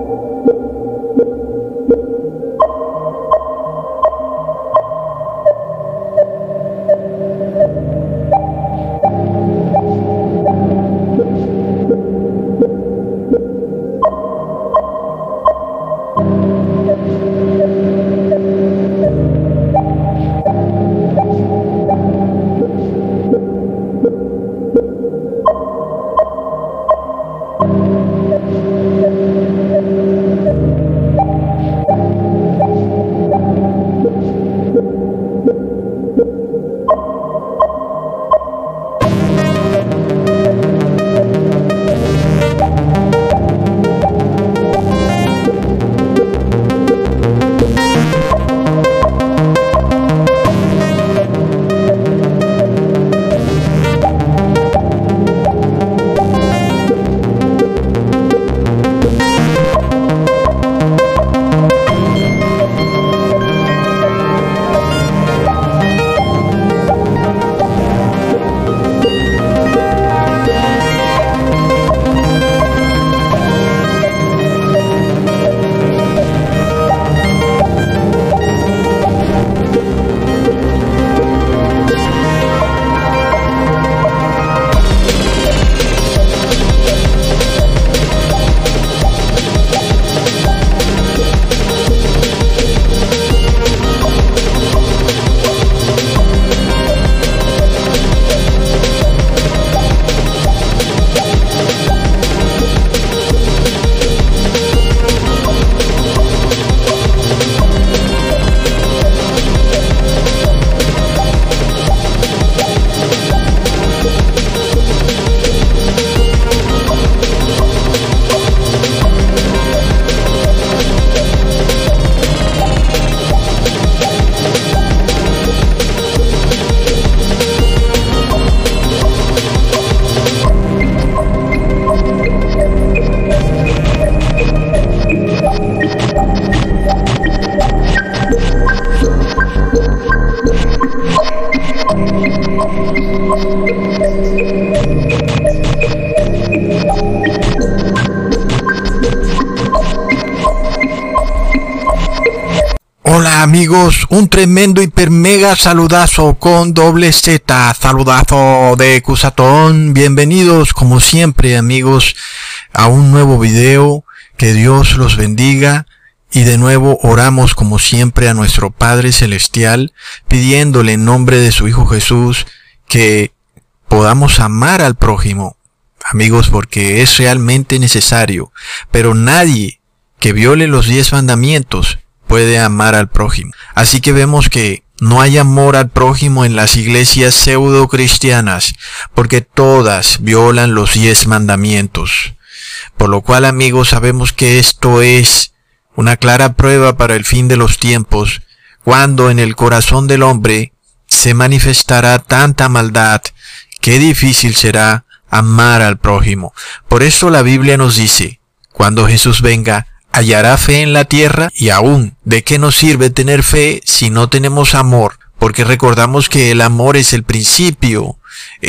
Hola amigos, un tremendo hiper mega saludazo con doble Z, saludazo de Cusatón. Bienvenidos como siempre amigos a un nuevo video, que Dios los bendiga. Y de nuevo oramos como siempre a nuestro Padre Celestial, pidiéndole en nombre de su Hijo Jesús que podamos amar al prójimo, amigos, porque es realmente necesario. Pero nadie que viole los 10 mandamientos puede amar al prójimo. Así que vemos que no hay amor al prójimo en las iglesias pseudo cristianas, porque todas violan los 10 mandamientos. Por lo cual, amigos, sabemos que esto es una clara prueba para el fin de los tiempos, cuando en el corazón del hombre se manifestará tanta maldad, que difícil será amar al prójimo. Por eso la Biblia nos dice, cuando Jesús venga, ¿hallará fe en la tierra? Y aún, ¿de qué nos sirve tener fe si no tenemos amor? Porque recordamos que el amor es el principio,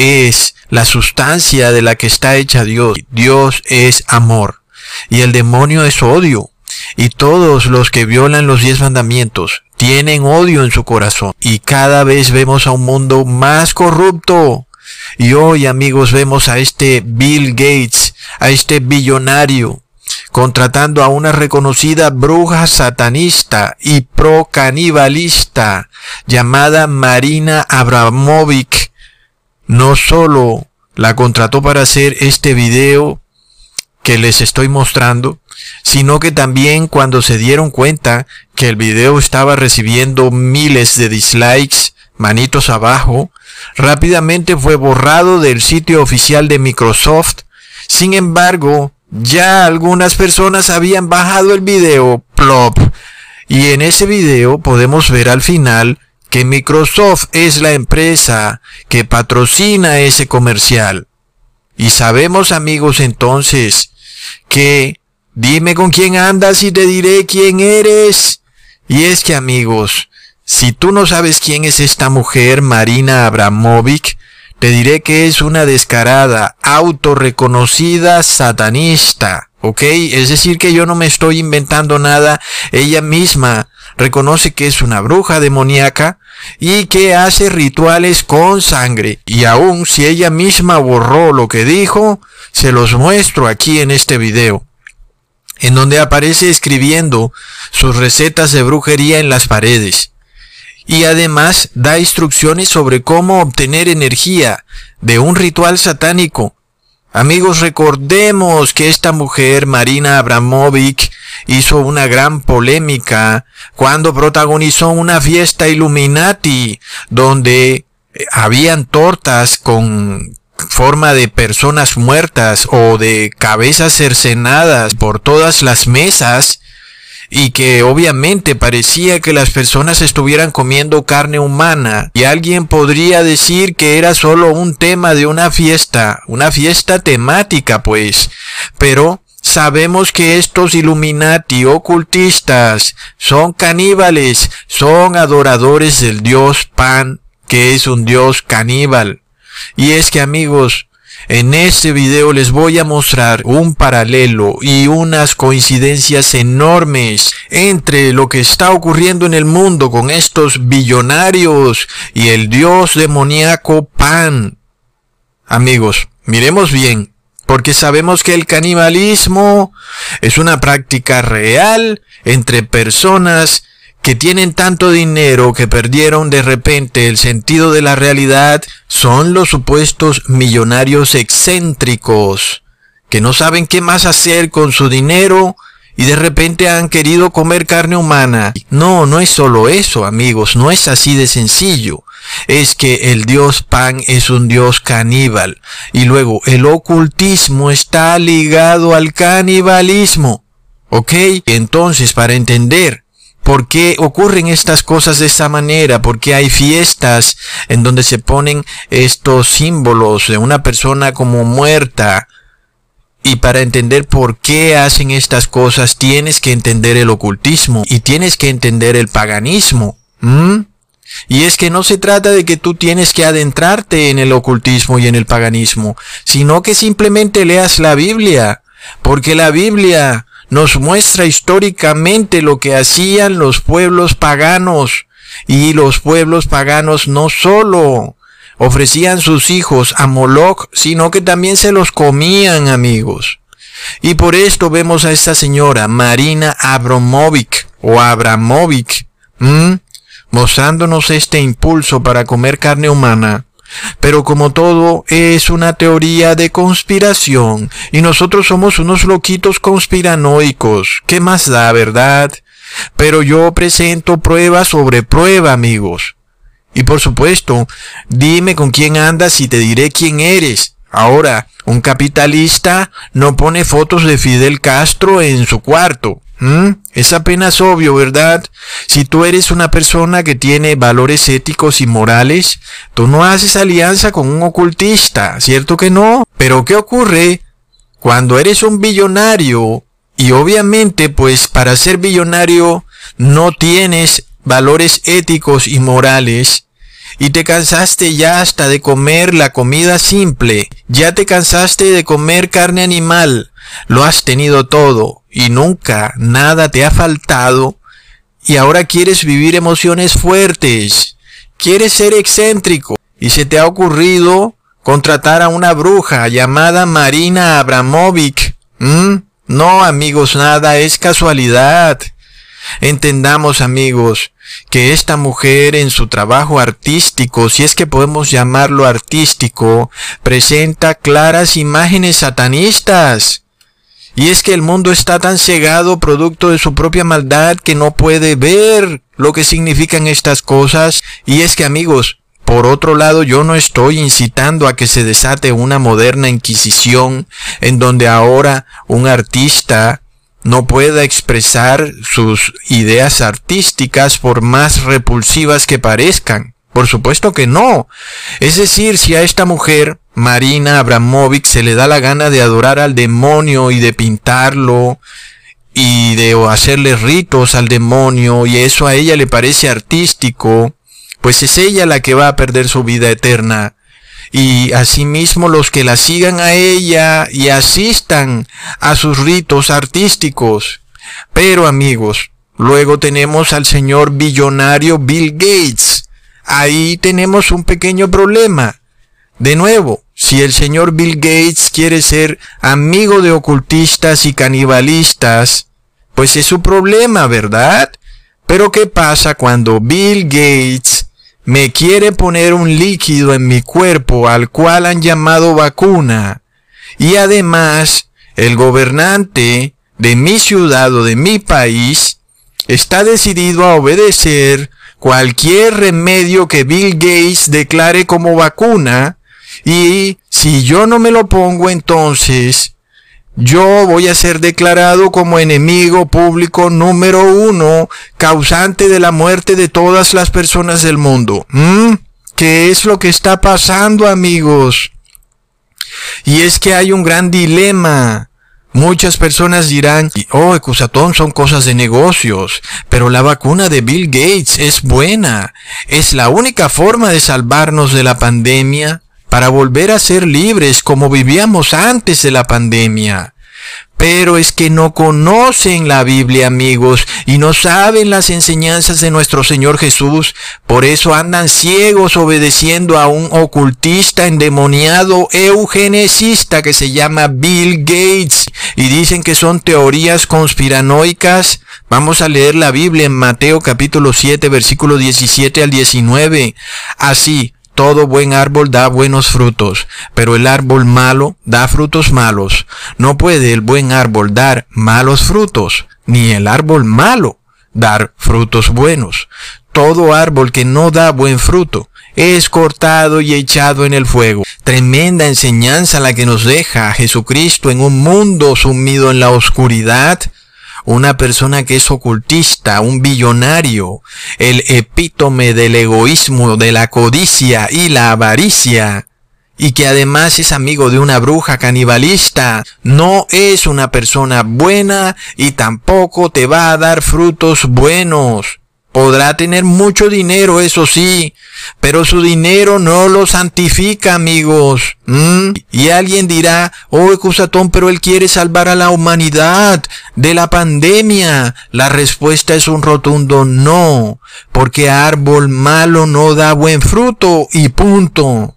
es la sustancia de la que está hecha Dios. Dios es amor, y el demonio es odio. Y todos los que violan los 10 mandamientos tienen odio en su corazón. Y cada vez vemos a un mundo más corrupto. Y hoy, amigos, vemos a este Bill Gates, a este billonario, contratando a una reconocida bruja satanista y pro-canibalista llamada Marina Abramovic. No solo la contrató para hacer este video que les estoy mostrando, sino que también cuando se dieron cuenta que el video estaba recibiendo miles de dislikes, manitos abajo, rápidamente fue borrado del sitio oficial de Microsoft. Sin embargo, ya algunas personas habían bajado el video, plop, y en ese video podemos ver al final que Microsoft es la empresa que patrocina ese comercial. Y sabemos, amigos, entonces que dime con quién andas y te diré quién eres. Y es que, amigos, si tú no sabes quién es esta mujer, Marina Abramovic, te diré que es una descarada, autorreconocida satanista. ¿ok? Es decir que yo no me estoy inventando nada. Ella misma reconoce que es una bruja demoníaca y que hace rituales con sangre. Y aún si ella misma borró lo que dijo, se los muestro aquí en este video, en donde aparece escribiendo sus recetas de brujería en las paredes. Y además da instrucciones sobre cómo obtener energía de un ritual satánico. Amigos, recordemos que esta mujer, Marina Abramovic, hizo una gran polémica cuando protagonizó una fiesta Illuminati donde habían tortas con forma de personas muertas o de cabezas cercenadas por todas las mesas, y que obviamente parecía que las personas estuvieran comiendo carne humana, y alguien podría decir que era solo un tema de una fiesta temática pues, pero sabemos que estos Illuminati ocultistas son caníbales, son adoradores del dios Pan, que es un dios caníbal. Y es que, amigos, en este video les voy a mostrar un paralelo y unas coincidencias enormes entre lo que está ocurriendo en el mundo con estos billonarios y el dios demoníaco Pan. Amigos, miremos bien, porque sabemos que el canibalismo es una práctica real entre personas que tienen tanto dinero que perdieron de repente el sentido de la realidad. Son los supuestos millonarios excéntricos que no saben qué más hacer con su dinero y de repente han querido comer carne humana. No, no es solo eso, amigos, no es así de sencillo. Es que el dios Pan es un dios caníbal y luego el ocultismo está ligado al canibalismo, ¿ok? Entonces, para entender ¿por qué ocurren estas cosas de esa manera? ¿Por qué hay fiestas en donde se ponen estos símbolos de una persona como muerta? Y para entender por qué hacen estas cosas, tienes que entender el ocultismo y tienes que entender el paganismo. Y es que no se trata de que tú tienes que adentrarte en el ocultismo y en el paganismo, sino que simplemente leas la Biblia, porque la Biblia nos muestra históricamente lo que hacían los pueblos paganos. Y los pueblos paganos no solo ofrecían sus hijos a Moloch, sino que también se los comían, amigos. Y por esto vemos a esta señora, Marina Abramovic, mostrándonos este impulso para comer carne humana. Pero como todo es una teoría de conspiración y nosotros somos unos loquitos conspiranoicos, ¿qué más da, verdad? Pero yo presento prueba sobre prueba, amigos. Y por supuesto, dime con quién andas y te diré quién eres. Ahora, un capitalista no pone fotos de Fidel Castro en su cuarto. Es apenas obvio, ¿verdad? Si tú eres una persona que tiene valores éticos y morales, tú no haces alianza con un ocultista, ¿cierto que no? Pero ¿qué ocurre cuando eres un billonario? Y obviamente, pues para ser billonario no tienes valores éticos y morales. Y te cansaste ya hasta de comer la comida simple. Ya te cansaste de comer carne animal. Lo has tenido todo y nunca nada te ha faltado. Y ahora quieres vivir emociones fuertes. Quieres ser excéntrico. Y se te ha ocurrido contratar a una bruja llamada Marina Abramovic. No, amigos, nada es casualidad. Entendamos, amigos, que esta mujer en su trabajo artístico, si es que podemos llamarlo artístico, presenta claras imágenes satanistas. Y es que el mundo está tan cegado producto de su propia maldad que no puede ver lo que significan estas cosas. Y es que, amigos, por otro lado, yo no estoy incitando a que se desate una moderna inquisición en donde ahora un artista no pueda expresar sus ideas artísticas por más repulsivas que parezcan. Por supuesto que no. Es decir, si a esta mujer, Marina Abramovic, se le da la gana de adorar al demonio y de pintarlo y de hacerle ritos al demonio, y eso a ella le parece artístico, pues es ella la que va a perder su vida eterna. y asimismo los que la sigan a ella y asistan a sus ritos artísticos. Pero amigos, luego tenemos al señor billonario Bill Gates. Ahí tenemos un pequeño problema. De nuevo, si el señor Bill Gates quiere ser amigo de ocultistas y canibalistas, pues es su problema, ¿verdad? Pero ¿qué pasa cuando Bill Gates me quiere poner un líquido en mi cuerpo al cual han llamado vacuna? Y además, el gobernante de mi ciudad o de mi país está decidido a obedecer cualquier remedio que Bill Gates declare como vacuna. Y si yo no me lo pongo, entonces yo voy a ser declarado como enemigo público número 1, causante de la muerte de todas las personas del mundo. ¿Qué es lo que está pasando, amigos? Y es que hay un gran dilema. Muchas personas dirán, oh, Cusatón, son cosas de negocios, pero la vacuna de Bill Gates es buena. Es la única forma de salvarnos de la pandemia, para volver a ser libres como vivíamos antes de la pandemia. Pero es que no conocen la Biblia, amigos, y no saben las enseñanzas de nuestro Señor Jesús. Por eso andan ciegos obedeciendo a un ocultista endemoniado eugenicista que se llama Bill Gates. Y dicen que son teorías conspiranoicas. Vamos a leer la Biblia en Mateo capítulo 7, versículo 17 al 19. Así: todo buen árbol da buenos frutos, pero el árbol malo da frutos malos. No puede el buen árbol dar malos frutos, ni el árbol malo dar frutos buenos. Todo árbol que no da buen fruto es cortado y echado en el fuego. Tremenda enseñanza la que nos deja Jesucristo en un mundo sumido en la oscuridad. Una persona que es ocultista, un billonario, el epítome del egoísmo, de la codicia y la avaricia, y que además es amigo de una bruja canibalista, no es una persona buena y tampoco te va a dar frutos buenos. Podrá tener mucho dinero, eso sí, pero su dinero no lo santifica, amigos. Y alguien dirá, oh, Cusatón, pero él quiere salvar a la humanidad de la pandemia. La respuesta es un rotundo no, porque árbol malo no da buen fruto y punto.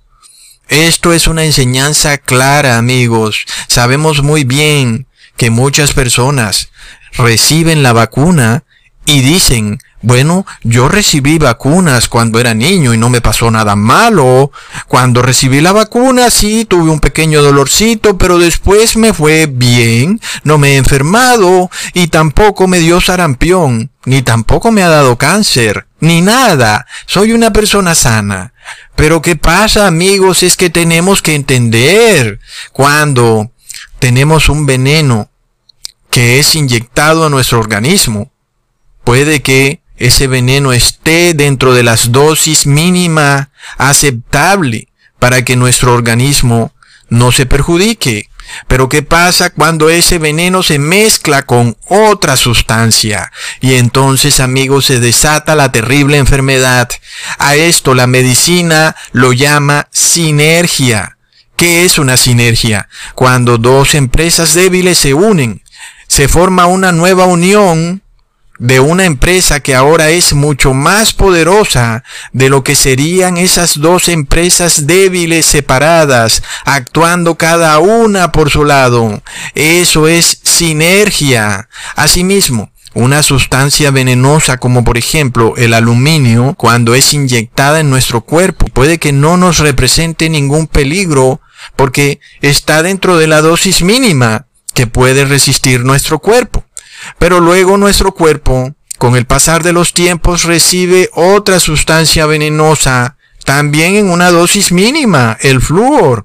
Esto es una enseñanza clara, amigos. Sabemos muy bien que muchas personas reciben la vacuna y dicen, bueno, yo recibí vacunas cuando era niño y no me pasó nada malo. Cuando recibí la vacuna sí tuve un pequeño dolorcito, pero después me fue bien. No me he enfermado y tampoco me dio sarampión, ni tampoco me ha dado cáncer, ni nada. Soy una persona sana. Pero ¿qué pasa, amigos? Es que tenemos que entender cuando tenemos un veneno que es inyectado a nuestro organismo. Puede que ese veneno esté dentro de las dosis mínima aceptable para que nuestro organismo no se perjudique. Pero ¿qué pasa cuando ese veneno se mezcla con otra sustancia? Y entonces, amigos, se desata la terrible enfermedad. A esto la medicina lo llama sinergia. ¿Qué es una sinergia? Cuando dos empresas débiles se unen, se forma una nueva unión de una empresa que ahora es mucho más poderosa de lo que serían esas dos empresas débiles separadas, actuando cada una por su lado. Eso es sinergia. Asimismo, una sustancia venenosa como por ejemplo el aluminio, cuando es inyectada en nuestro cuerpo, puede que no nos represente ningún peligro porque está dentro de la dosis mínima que puede resistir nuestro cuerpo. Pero luego nuestro cuerpo, con el pasar de los tiempos, recibe otra sustancia venenosa, también en una dosis mínima, el flúor.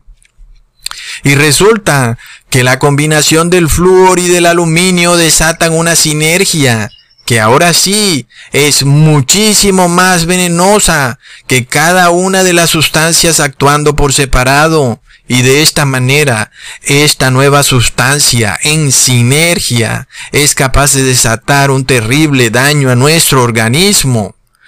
Y resulta que la combinación del flúor y del aluminio desatan una sinergia, que ahora sí es muchísimo más venenosa que cada una de las sustancias actuando por separado. Y de esta manera, esta nueva sustancia en sinergia es capaz de desatar un terrible daño a nuestro organismo.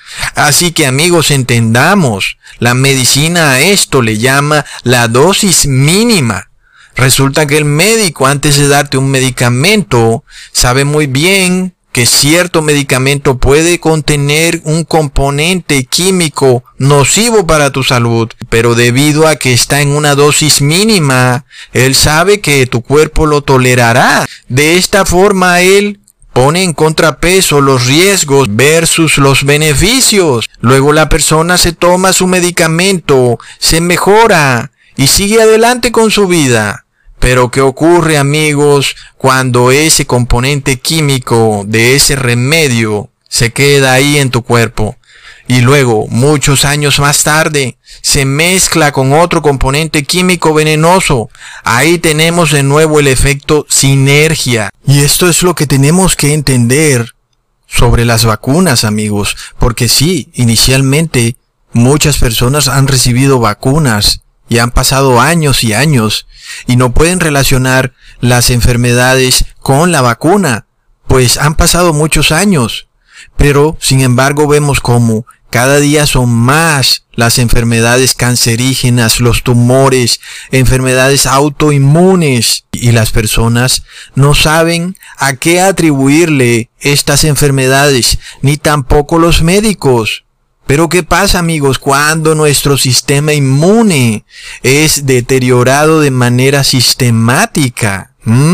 Así que amigos, entendamos, la medicina a esto le llama la dosis mínima. Resulta que el médico, antes de darte un medicamento, sabe muy bien que cierto medicamento puede contener un componente químico nocivo para tu salud, pero debido a que está en una dosis mínima, él sabe que tu cuerpo lo tolerará. De esta forma, él pone en contrapeso los riesgos versus los beneficios. Luego la persona se toma su medicamento, se mejora y sigue adelante con su vida. Pero ¿qué ocurre, amigos, cuando ese componente químico de ese remedio se queda ahí en tu cuerpo? Y luego, muchos años más tarde, se mezcla con otro componente químico venenoso. Ahí tenemos de nuevo el efecto sinergia. Y esto es lo que tenemos que entender sobre las vacunas, amigos. Porque sí, inicialmente muchas personas han recibido vacunas y han pasado años y años y no pueden relacionar las enfermedades con la vacuna, pues han pasado muchos años. Pero, sin embargo, vemos cómo cada día son más las enfermedades cancerígenas, los tumores, enfermedades autoinmunes, y las personas no saben a qué atribuirle estas enfermedades, ni tampoco los médicos. Pero ¿qué pasa, amigos, cuando nuestro sistema inmune es deteriorado de manera sistemática?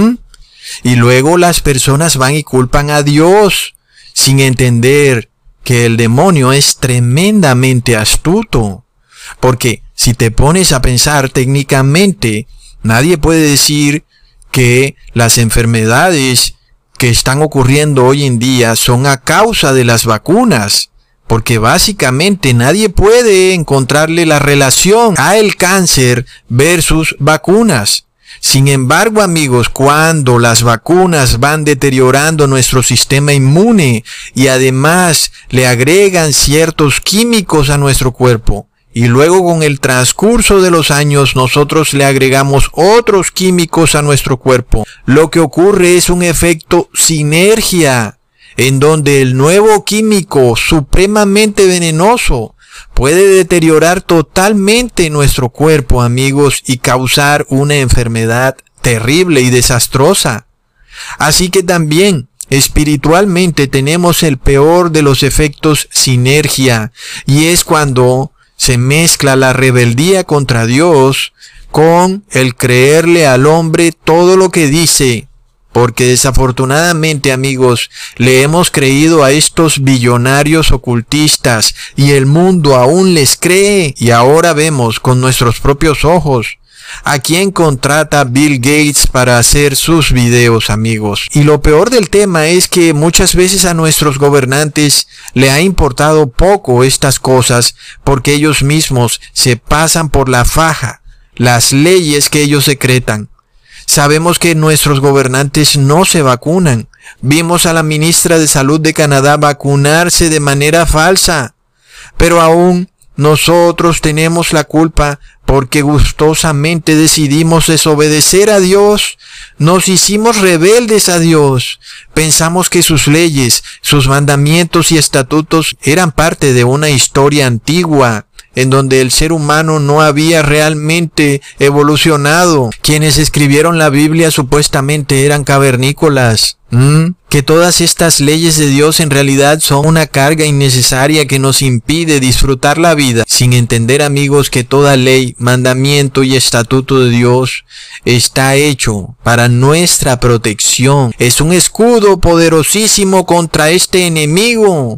Y luego las personas van y culpan a Dios, sin entender que el demonio es tremendamente astuto. Porque si te pones a pensar técnicamente, nadie puede decir que las enfermedades que están ocurriendo hoy en día son a causa de las vacunas. Porque básicamente nadie puede encontrarle la relación a el cáncer versus vacunas. Sin embargo, amigos, cuando las vacunas van deteriorando nuestro sistema inmune y además le agregan ciertos químicos a nuestro cuerpo, y luego con el transcurso de los años nosotros le agregamos otros químicos a nuestro cuerpo, lo que ocurre es un efecto sinergia, en donde el nuevo químico supremamente venenoso puede deteriorar totalmente nuestro cuerpo, amigos, y causar una enfermedad terrible y desastrosa. Así que también espiritualmente tenemos el peor de los efectos sinergia, y es cuando se mezcla la rebeldía contra Dios con el creerle al hombre todo lo que dice. Porque desafortunadamente, amigos, le hemos creído a estos billonarios ocultistas y el mundo aún les cree, y ahora vemos con nuestros propios ojos a quién contrata Bill Gates para hacer sus videos, amigos. Y lo peor del tema es que muchas veces a nuestros gobernantes le ha importado poco estas cosas porque ellos mismos se pasan por la faja las leyes que ellos decretan. Sabemos que nuestros gobernantes no se vacunan. Vimos a la ministra de Salud de Canadá vacunarse de manera falsa. Pero aún nosotros tenemos la culpa porque gustosamente decidimos desobedecer a Dios. Nos hicimos rebeldes a Dios. Pensamos que sus leyes, sus mandamientos y estatutos eran parte de una historia antigua, en donde el ser humano no había realmente evolucionado. Quienes escribieron la Biblia supuestamente eran cavernícolas. Que todas estas leyes de Dios en realidad son una carga innecesaria que nos impide disfrutar la vida, sin entender, amigos, que toda ley, mandamiento y estatuto de Dios está hecho para nuestra protección. Es un escudo poderosísimo contra este enemigo.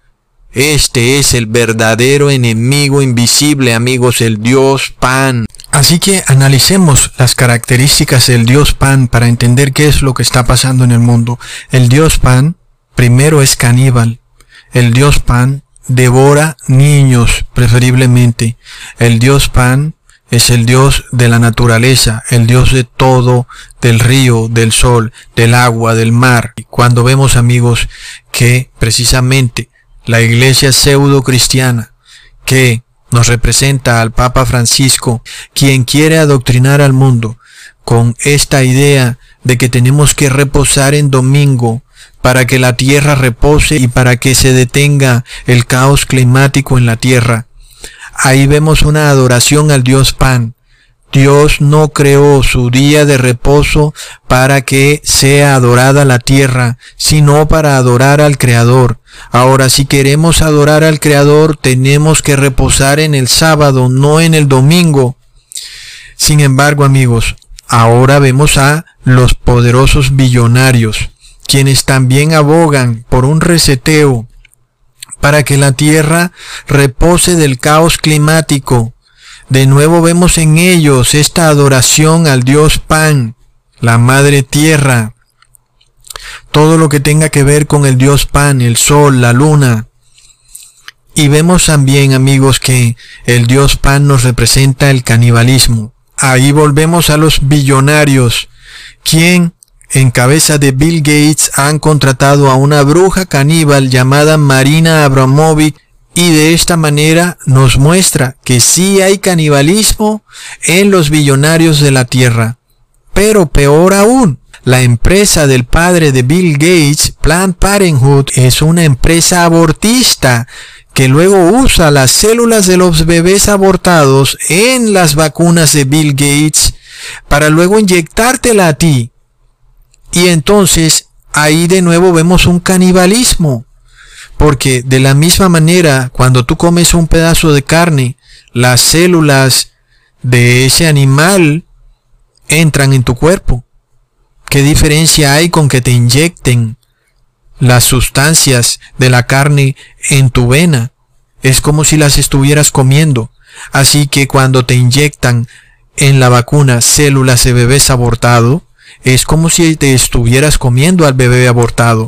Este es el verdadero enemigo invisible, amigos, el Dios Pan. Así que analicemos las características del Dios Pan para entender qué es lo que está pasando en el mundo. El Dios Pan, primero, es caníbal. El Dios Pan devora niños, preferiblemente. El Dios Pan es el Dios de la naturaleza, el Dios de todo, del río, del sol, del agua, del mar. Y cuando vemos, amigos, que precisamente la iglesia pseudo cristiana, que nos representa al Papa Francisco, quien quiere adoctrinar al mundo con esta idea de que tenemos que reposar en domingo para que la tierra repose y para que se detenga el caos climático en la tierra. Ahí vemos una adoración al Dios Pan. Dios no creó su día de reposo para que sea adorada la tierra, sino para adorar al Creador. Ahora, si queremos adorar al Creador, tenemos que reposar en el sábado, no en el domingo. Sin embargo, amigos, ahora vemos a los poderosos billonarios, quienes también abogan por un reseteo para que la tierra repose del caos climático. De nuevo vemos en ellos esta adoración al Dios Pan, la Madre Tierra, todo lo que tenga que ver con el Dios Pan, el Sol, la Luna. Y vemos también, amigos, que el Dios Pan nos representa el canibalismo. Ahí volvemos a los billonarios, quien en cabeza de Bill Gates han contratado a una bruja caníbal llamada Marina Abramovic, y de esta manera nos muestra que sí hay canibalismo en los billonarios de la tierra. Pero peor aún, la empresa del padre de Bill Gates, Planned Parenthood, es una empresa abortista que luego usa las células de los bebés abortados en las vacunas de Bill Gates para luego inyectártela a ti. Y entonces ahí de nuevo vemos un canibalismo. Porque de la misma manera, cuando tú comes un pedazo de carne, las células de ese animal entran en tu cuerpo. ¿Qué diferencia hay con que te inyecten las sustancias de la carne en tu vena? Es como si las estuvieras comiendo. Así que cuando te inyectan en la vacuna células de bebés abortado, es como si te estuvieras comiendo al bebé abortado.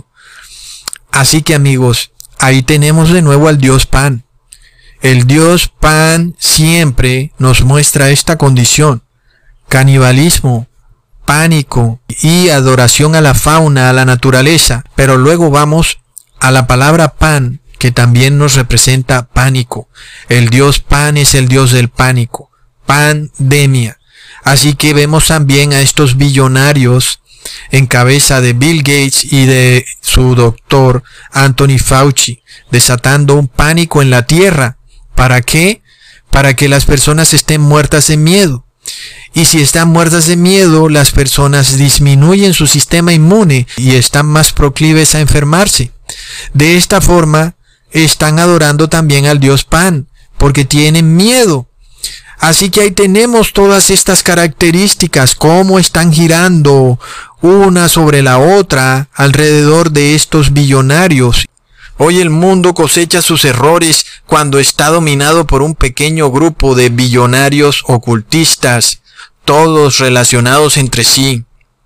Así que, amigos, ahí tenemos de nuevo al Dios Pan. El Dios Pan siempre nos muestra esta condición: canibalismo, pánico y adoración a la fauna, a la naturaleza. Pero luego vamos a la palabra pan, que también nos representa pánico. El Dios Pan es el Dios del pánico, pandemia. Así que vemos también a estos billonarios en cabeza de Bill Gates y de su doctor Anthony Fauci, desatando un pánico en la tierra. ¿Para qué? Para que las personas estén muertas de miedo. Y si están muertas de miedo, las personas disminuyen su sistema inmune y están más proclives a enfermarse. De esta forma, están adorando también al Dios Pan, porque tienen miedo. Así que ahí tenemos todas estas características, cómo están girando una sobre la otra alrededor de estos billonarios. Hoy el mundo cosecha sus errores cuando está dominado por un pequeño grupo de billonarios ocultistas, todos relacionados entre sí.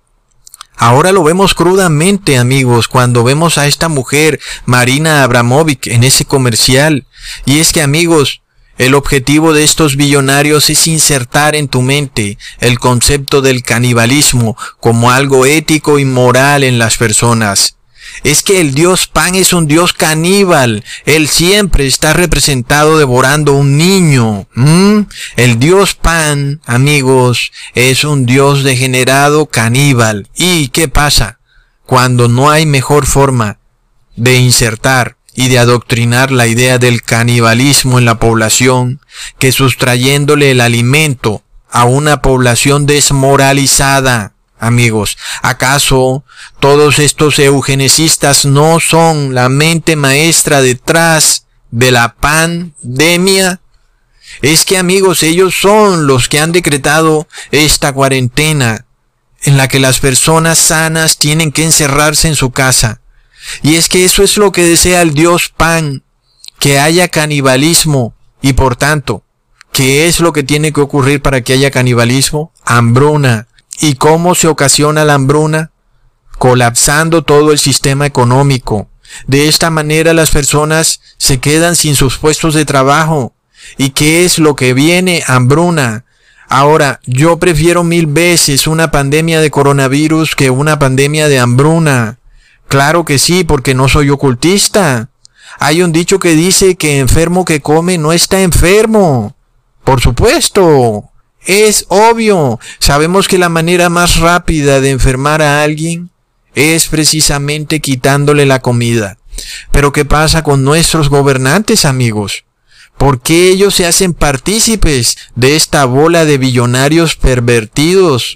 Ahora lo vemos crudamente, amigos, cuando vemos a esta mujer, Marina Abramovic, en ese comercial. Y es que, amigos, el objetivo de estos billonarios es insertar en tu mente el concepto del canibalismo como algo ético y moral en las personas. Es que el Dios Pan es un Dios caníbal. Él siempre está representado devorando un niño. El Dios Pan, amigos, es un Dios degenerado caníbal. ¿Y qué pasa? Cuando no hay mejor forma de insertar y de adoctrinar la idea del canibalismo en la población que sustrayéndole el alimento a una población desmoralizada. Amigos, ¿acaso todos estos eugenesistas no son la mente maestra detrás de la pandemia? Es que, amigos, ellos son los que han decretado esta cuarentena en la que las personas sanas tienen que encerrarse en su casa. Y es que eso es lo que desea el Dios Pan, que haya canibalismo. Y por tanto, ¿qué es lo que tiene que ocurrir para que haya canibalismo? Hambruna. ¿Y cómo se ocasiona la hambruna? Colapsando todo el sistema económico. De esta manera las personas se quedan sin sus puestos de trabajo. ¿Y qué es lo que viene? Hambruna. Ahora, yo prefiero 1000 veces una pandemia de coronavirus que una pandemia de hambruna. Claro que sí, porque no soy ocultista. Hay un dicho que dice que enfermo que come no está enfermo. Por supuesto. Es obvio. Sabemos que la manera más rápida de enfermar a alguien es precisamente quitándole la comida. Pero ¿qué pasa con nuestros gobernantes, amigos? ¿Por qué ellos se hacen partícipes de esta bola de billonarios pervertidos?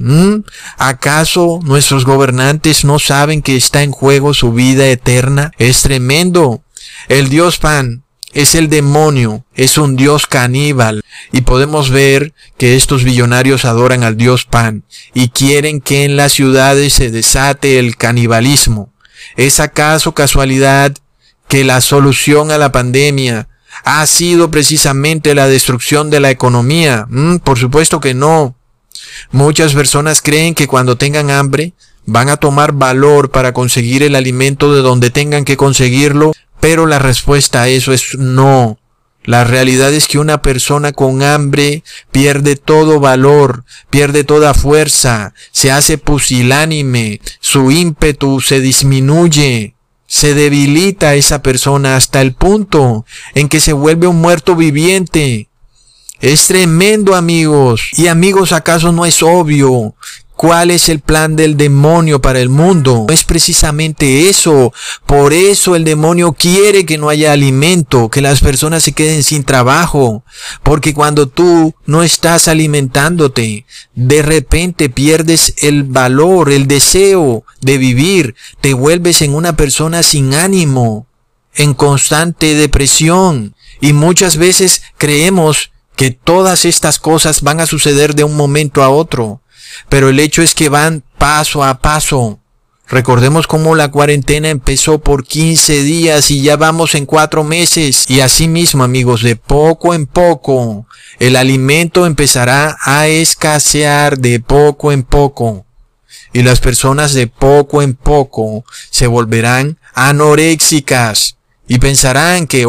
¿Acaso nuestros gobernantes no saben que está en juego su vida eterna? Es tremendo. El dios Pan es el demonio, es un dios caníbal. Y podemos ver que estos billonarios adoran al dios Pan y quieren que en las ciudades se desate el canibalismo. ¿Es acaso casualidad que la solución a la pandemia ha sido precisamente la destrucción de la economía? Por supuesto que no. Muchas personas creen que cuando tengan hambre van a tomar valor para conseguir el alimento de donde tengan que conseguirlo, pero la respuesta a eso es no. La realidad es que una persona con hambre pierde todo valor, pierde toda fuerza, se hace pusilánime, su ímpetu se disminuye, se debilita esa persona hasta el punto en que se vuelve un muerto viviente. Es tremendo, amigos. Y amigos, ¿acaso no es obvio cuál es el plan del demonio para el mundo? Es precisamente eso. Por eso el demonio quiere que no haya alimento, que las personas se queden sin trabajo. Porque cuando tú no estás alimentándote, de repente pierdes el valor, el deseo de vivir. Te vuelves en una persona sin ánimo, en constante depresión. Y muchas veces creemos que todas estas cosas van a suceder de un momento a otro. Pero el hecho es que van paso a paso. Recordemos cómo la cuarentena empezó por 15 días y ya vamos en 4 meses. Y así mismo, amigos, de poco en poco, el alimento empezará a escasear de poco en poco. Y las personas de poco en poco se volverán anoréxicas. Y pensarán que,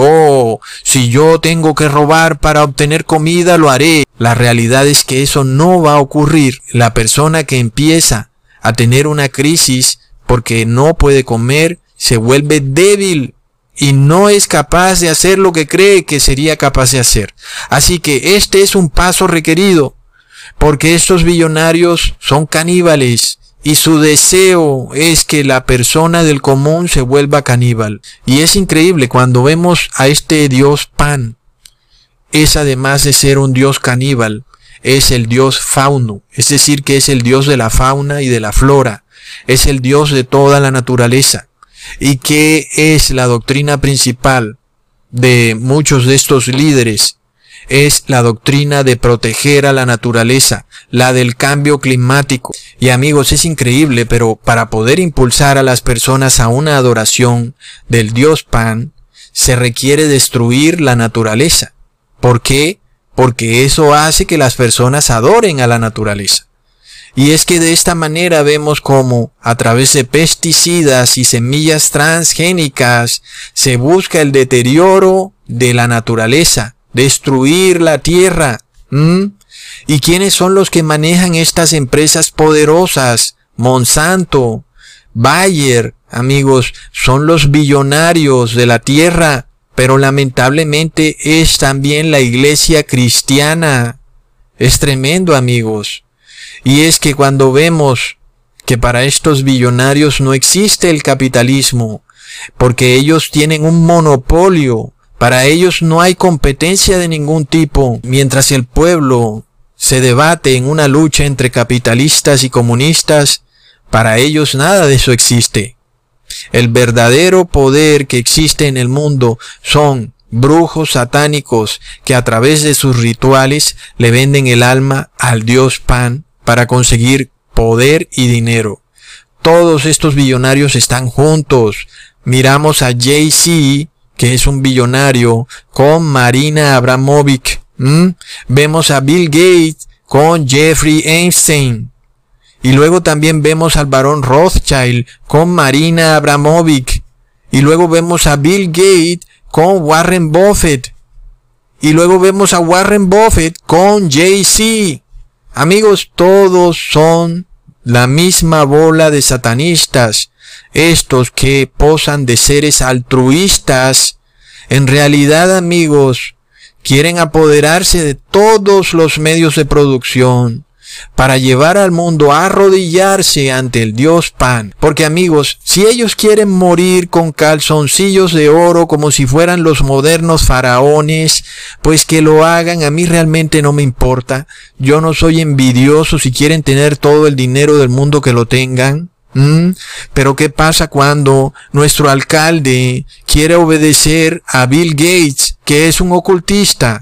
si yo tengo que robar para obtener comida, lo haré. La realidad es que eso no va a ocurrir. La persona que empieza a tener una crisis porque no puede comer, se vuelve débil y no es capaz de hacer lo que cree que sería capaz de hacer. Así que este es un paso requerido, porque estos billonarios son caníbales. Y su deseo es que la persona del común se vuelva caníbal. Y es increíble cuando vemos a este dios Pan. Es además de ser un dios caníbal, es el dios fauno. Es decir, que es el dios de la fauna y de la flora. Es el dios de toda la naturaleza. ¿Y qué es la doctrina principal de muchos de estos líderes? Es la doctrina de proteger a la naturaleza, la del cambio climático. Y amigos, es increíble, pero para poder impulsar a las personas a una adoración del dios Pan, se requiere destruir la naturaleza. ¿Por qué? Porque eso hace que las personas adoren a la naturaleza. Y es que de esta manera vemos cómo, a través de pesticidas y semillas transgénicas, se busca el deterioro de la naturaleza, destruir la tierra. ¿Y quiénes son los que manejan estas empresas poderosas? Monsanto, Bayer, amigos, son los billonarios de la tierra, pero lamentablemente es también la iglesia cristiana. Es tremendo, amigos. Y es que cuando vemos que para estos billonarios no existe el capitalismo, porque ellos tienen un monopolio, para ellos no hay competencia de ningún tipo, mientras el pueblo se debate en una lucha entre capitalistas y comunistas, para ellos nada de eso existe. El verdadero poder que existe en el mundo son brujos satánicos que a través de sus rituales le venden el alma al dios Pan para conseguir poder y dinero. Todos estos billonarios están juntos. Miramos a Jay-Z, que es un billonario, con Marina Abramovic. Vemos a Bill Gates con Jeffrey Epstein. Y luego también vemos al barón Rothschild con Marina Abramovic. Y luego vemos a Bill Gates con Warren Buffett. Y luego vemos a Warren Buffett con Jay-Z. Amigos, todos son la misma bola de satanistas. Estos que posan de seres altruistas, en realidad, amigos, quieren apoderarse de todos los medios de producción. para llevar al mundo a arrodillarse ante el Dios Pan. Porque amigos, si ellos quieren morir con calzoncillos de oro como si fueran los modernos faraones, pues que lo hagan, a mí realmente no me importa. Yo no soy envidioso, si quieren tener todo el dinero del mundo que lo tengan. Pero ¿qué pasa cuando nuestro alcalde quiere obedecer a Bill Gates, que es un ocultista?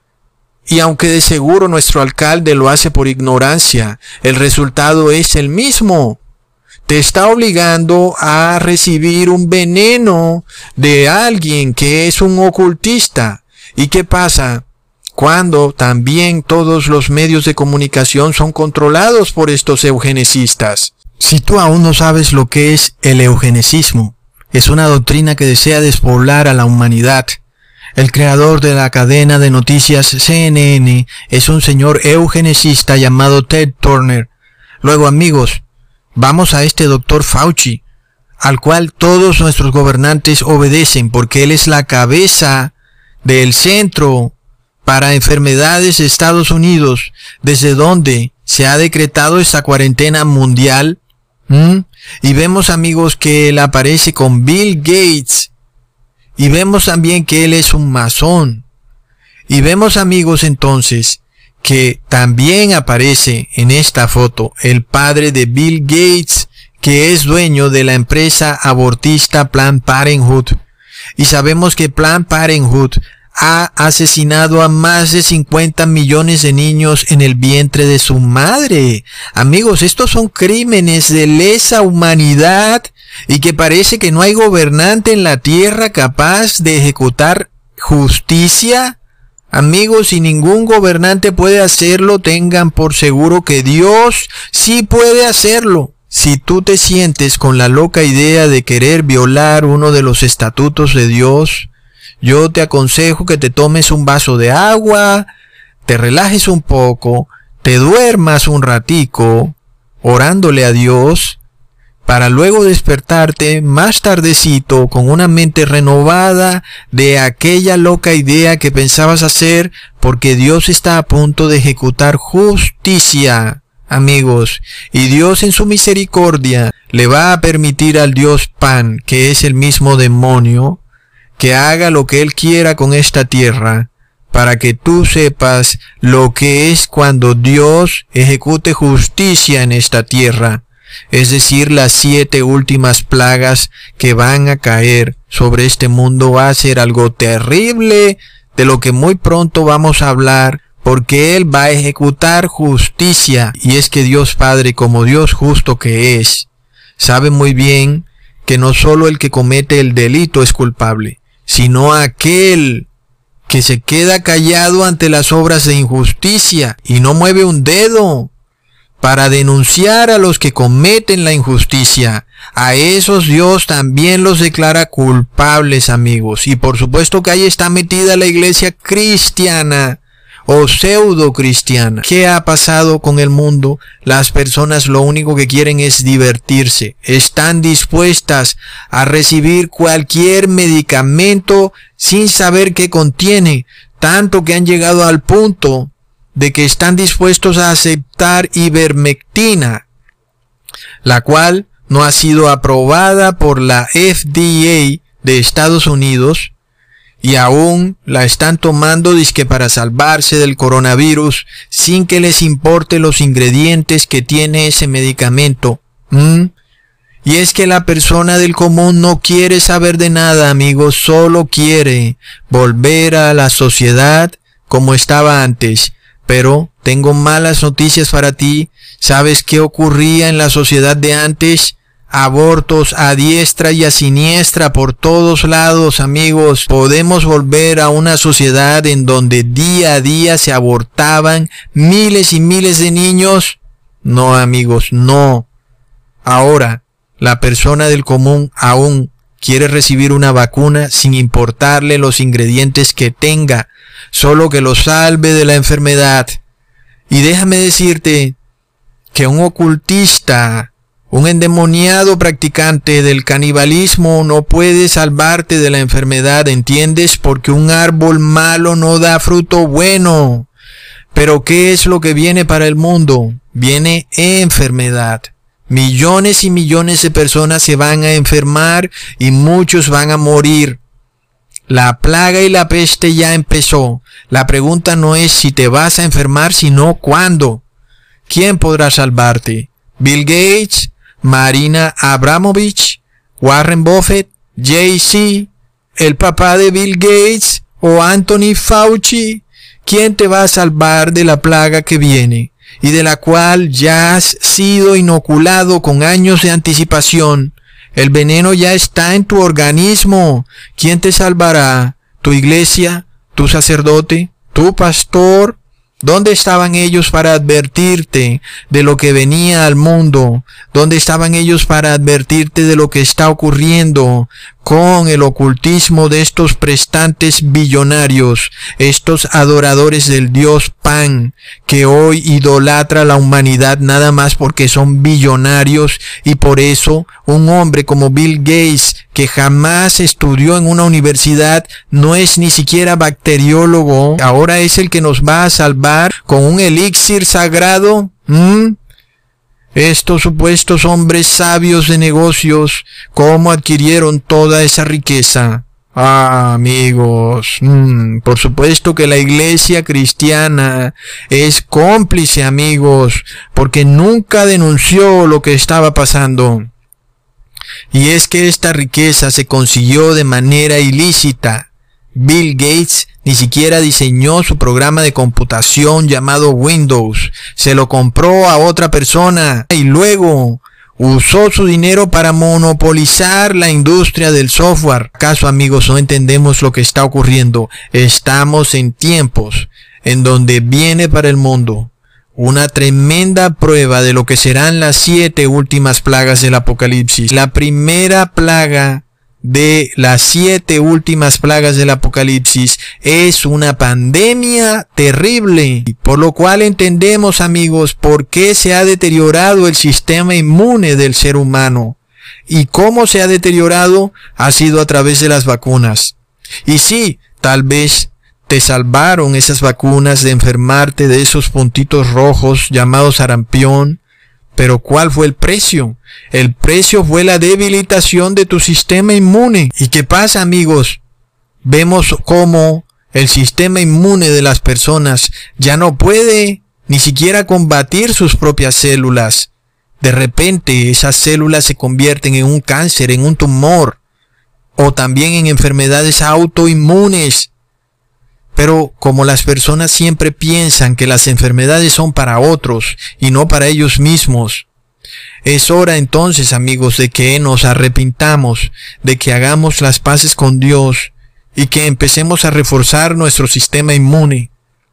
Y aunque de seguro nuestro alcalde lo hace por ignorancia, el resultado es el mismo. Te está obligando a recibir un veneno de alguien que es un ocultista. ¿Y qué pasa cuando también todos los medios de comunicación son controlados por estos eugenesistas? Si tú aún no sabes lo que es el eugenesismo, es una doctrina que desea despoblar a la humanidad. El creador de la cadena de noticias CNN es un señor eugenesista llamado Ted Turner. Luego, amigos, vamos a este doctor Fauci, al cual todos nuestros gobernantes obedecen porque él es la cabeza del Centro para Enfermedades de Estados Unidos, desde donde se ha decretado esta cuarentena mundial. Y vemos, amigos, que él aparece con Bill Gates. Y vemos también que él es un masón. Y vemos, amigos, entonces, que también aparece en esta foto el padre de Bill Gates, que es dueño de la empresa abortista Planned Parenthood. Y sabemos que Planned Parenthood ha asesinado a más de 50 millones de niños en el vientre de su madre. Amigos, estos son crímenes de lesa humanidad y que parece que no hay gobernante en la tierra capaz de ejecutar justicia. Amigos, si ningún gobernante puede hacerlo, tengan por seguro que Dios sí puede hacerlo. Si tú te sientes con la loca idea de querer violar uno de los estatutos de Dios, yo te aconsejo que te tomes un vaso de agua, te relajes un poco, te duermas un ratico, orándole a Dios, para luego despertarte más tardecito con una mente renovada de aquella loca idea que pensabas hacer, porque Dios está a punto de ejecutar justicia, amigos, y Dios en su misericordia le va a permitir al Dios Pan, que es el mismo demonio, que haga lo que él quiera con esta tierra, para que tú sepas lo que es cuando Dios ejecute justicia en esta tierra, es decir, las 7 últimas plagas que van a caer sobre este mundo. Va a ser algo terrible, de lo que muy pronto vamos a hablar, porque él va a ejecutar justicia. Y es que Dios Padre, como Dios justo que es, sabe muy bien que no solo el que comete el delito es culpable, sino aquel que se queda callado ante las obras de injusticia y no mueve un dedo para denunciar a los que cometen la injusticia. A esos Dios también los declara culpables, amigos. Y por supuesto que ahí está metida la iglesia cristiana o pseudo cristiana. ¿Qué ha pasado con el mundo? Las personas lo único que quieren es divertirse. Están dispuestas a recibir cualquier medicamento sin saber qué contiene, tanto que han llegado al punto de que están dispuestos a aceptar ivermectina, la cual no ha sido aprobada por la FDA de Estados Unidos, y aún la están tomando dizque para salvarse del coronavirus sin que les importe los ingredientes que tiene ese medicamento. Y es que la persona del común no quiere saber de nada, amigos, solo quiere volver a la sociedad como estaba antes. Pero tengo malas noticias para ti. ¿Sabes qué ocurría en la sociedad de antes? Abortos a diestra y a siniestra por todos lados, amigos. ¿Podemos volver a una sociedad en donde día a día se abortaban miles y miles de niños? No, amigos, no. Ahora, la persona del común aún quiere recibir una vacuna sin importarle los ingredientes que tenga, solo que lo salve de la enfermedad. Y déjame decirte que un ocultista, un endemoniado practicante del canibalismo no puede salvarte de la enfermedad, ¿entiendes? Porque un árbol malo no da fruto bueno. Pero ¿qué es lo que viene para el mundo? Viene enfermedad. Millones y millones de personas se van a enfermar y muchos van a morir. La plaga y la peste ya empezó. La pregunta no es si te vas a enfermar, sino cuándo. ¿Quién podrá salvarte? ¿Bill Gates? ¿Marina Abramovich? ¿Warren Buffett? ¿Jay-Z? ¿El papá de Bill Gates? ¿O Anthony Fauci? ¿Quién te va a salvar de la plaga que viene y de la cual ya has sido inoculado con años de anticipación? El veneno ya está en tu organismo. ¿Quién te salvará? ¿Tu iglesia? ¿Tu sacerdote? ¿Tu pastor? ¿Dónde estaban ellos para advertirte de lo que venía al mundo? ¿Dónde estaban ellos para advertirte de lo que está ocurriendo con el ocultismo de estos prestantes billonarios, estos adoradores del dios Pan, que hoy idolatra a la humanidad nada más porque son billonarios? Y por eso un hombre como Bill Gates, que jamás estudió en una universidad, no es ni siquiera bacteriólogo, ahora es el que nos va a salvar con un elixir sagrado. Estos supuestos hombres sabios de negocios, ¿cómo adquirieron toda esa riqueza? Amigos, por supuesto que la iglesia cristiana es cómplice, amigos, porque nunca denunció lo que estaba pasando. Y es que esta riqueza se consiguió de manera ilícita. Bill Gates ni siquiera diseñó su programa de computación llamado Windows. Se lo compró a otra persona y luego usó su dinero para monopolizar la industria del software. ¿Acaso, amigos, no entendemos lo que está ocurriendo? Estamos en tiempos en donde viene para el mundo una tremenda prueba de lo que serán las 7 últimas plagas del Apocalipsis. La primera plaga de las 7 últimas plagas del Apocalipsis es una pandemia terrible, por lo cual entendemos, amigos, por qué se ha deteriorado el sistema inmune del ser humano. Y cómo se ha deteriorado ha sido a través de las vacunas. Y sí, tal vez te salvaron esas vacunas de enfermarte de esos puntitos rojos llamados sarampión, pero ¿cuál fue el precio? El precio fue la debilitación de tu sistema inmune. ¿Y qué pasa, amigos? Vemos cómo el sistema inmune de las personas ya no puede ni siquiera combatir sus propias células. De repente esas células se convierten en un cáncer, en un tumor, o también en enfermedades autoinmunes. Pero como las personas siempre piensan que las enfermedades son para otros y no para ellos mismos, es hora entonces, amigos, de que nos arrepintamos, de que hagamos las paces con Dios y que empecemos a reforzar nuestro sistema inmune.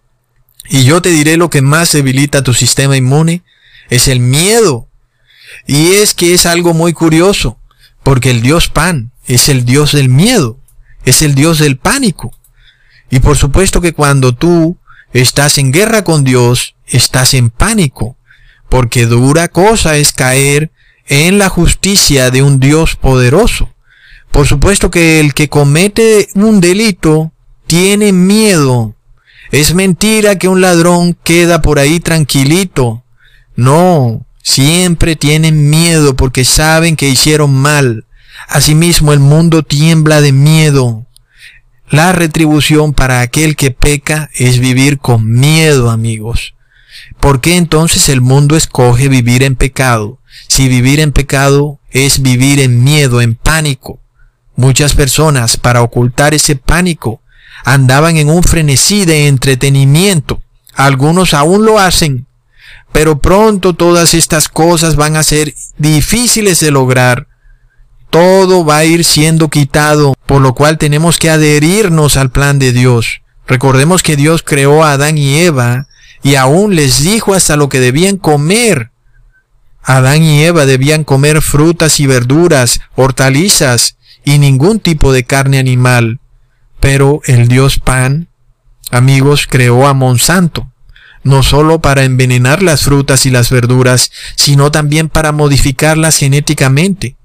Y yo te diré, lo que más debilita tu sistema inmune es el miedo. Y es que es algo muy curioso, porque el dios Pan es el dios del miedo, es el dios del pánico. Y por supuesto que cuando tú estás en guerra con Dios, estás en pánico, porque dura cosa es caer en la justicia de un Dios poderoso. Por supuesto que el que comete un delito tiene miedo. Es mentira que un ladrón queda por ahí tranquilito. No, siempre tienen miedo porque saben que hicieron mal. Asimismo, el mundo tiembla de miedo. La retribución para aquel que peca es vivir con miedo, amigos. ¿Por qué entonces el mundo escoge vivir en pecado? Si vivir en pecado es vivir en miedo, en pánico. Muchas personas, para ocultar ese pánico, andaban en un frenesí de entretenimiento. Algunos aún lo hacen, pero pronto todas estas cosas van a ser difíciles de lograr. Todo va a ir siendo quitado, por lo cual tenemos que adherirnos al plan de Dios. Recordemos que Dios creó a Adán y Eva y aún les dijo hasta lo que debían comer. Adán y Eva debían comer frutas y verduras, hortalizas y ningún tipo de carne animal. Pero el dios Pan, amigos, creó a Monsanto, no solo para envenenar las frutas y las verduras, sino también para modificarlas genéticamente.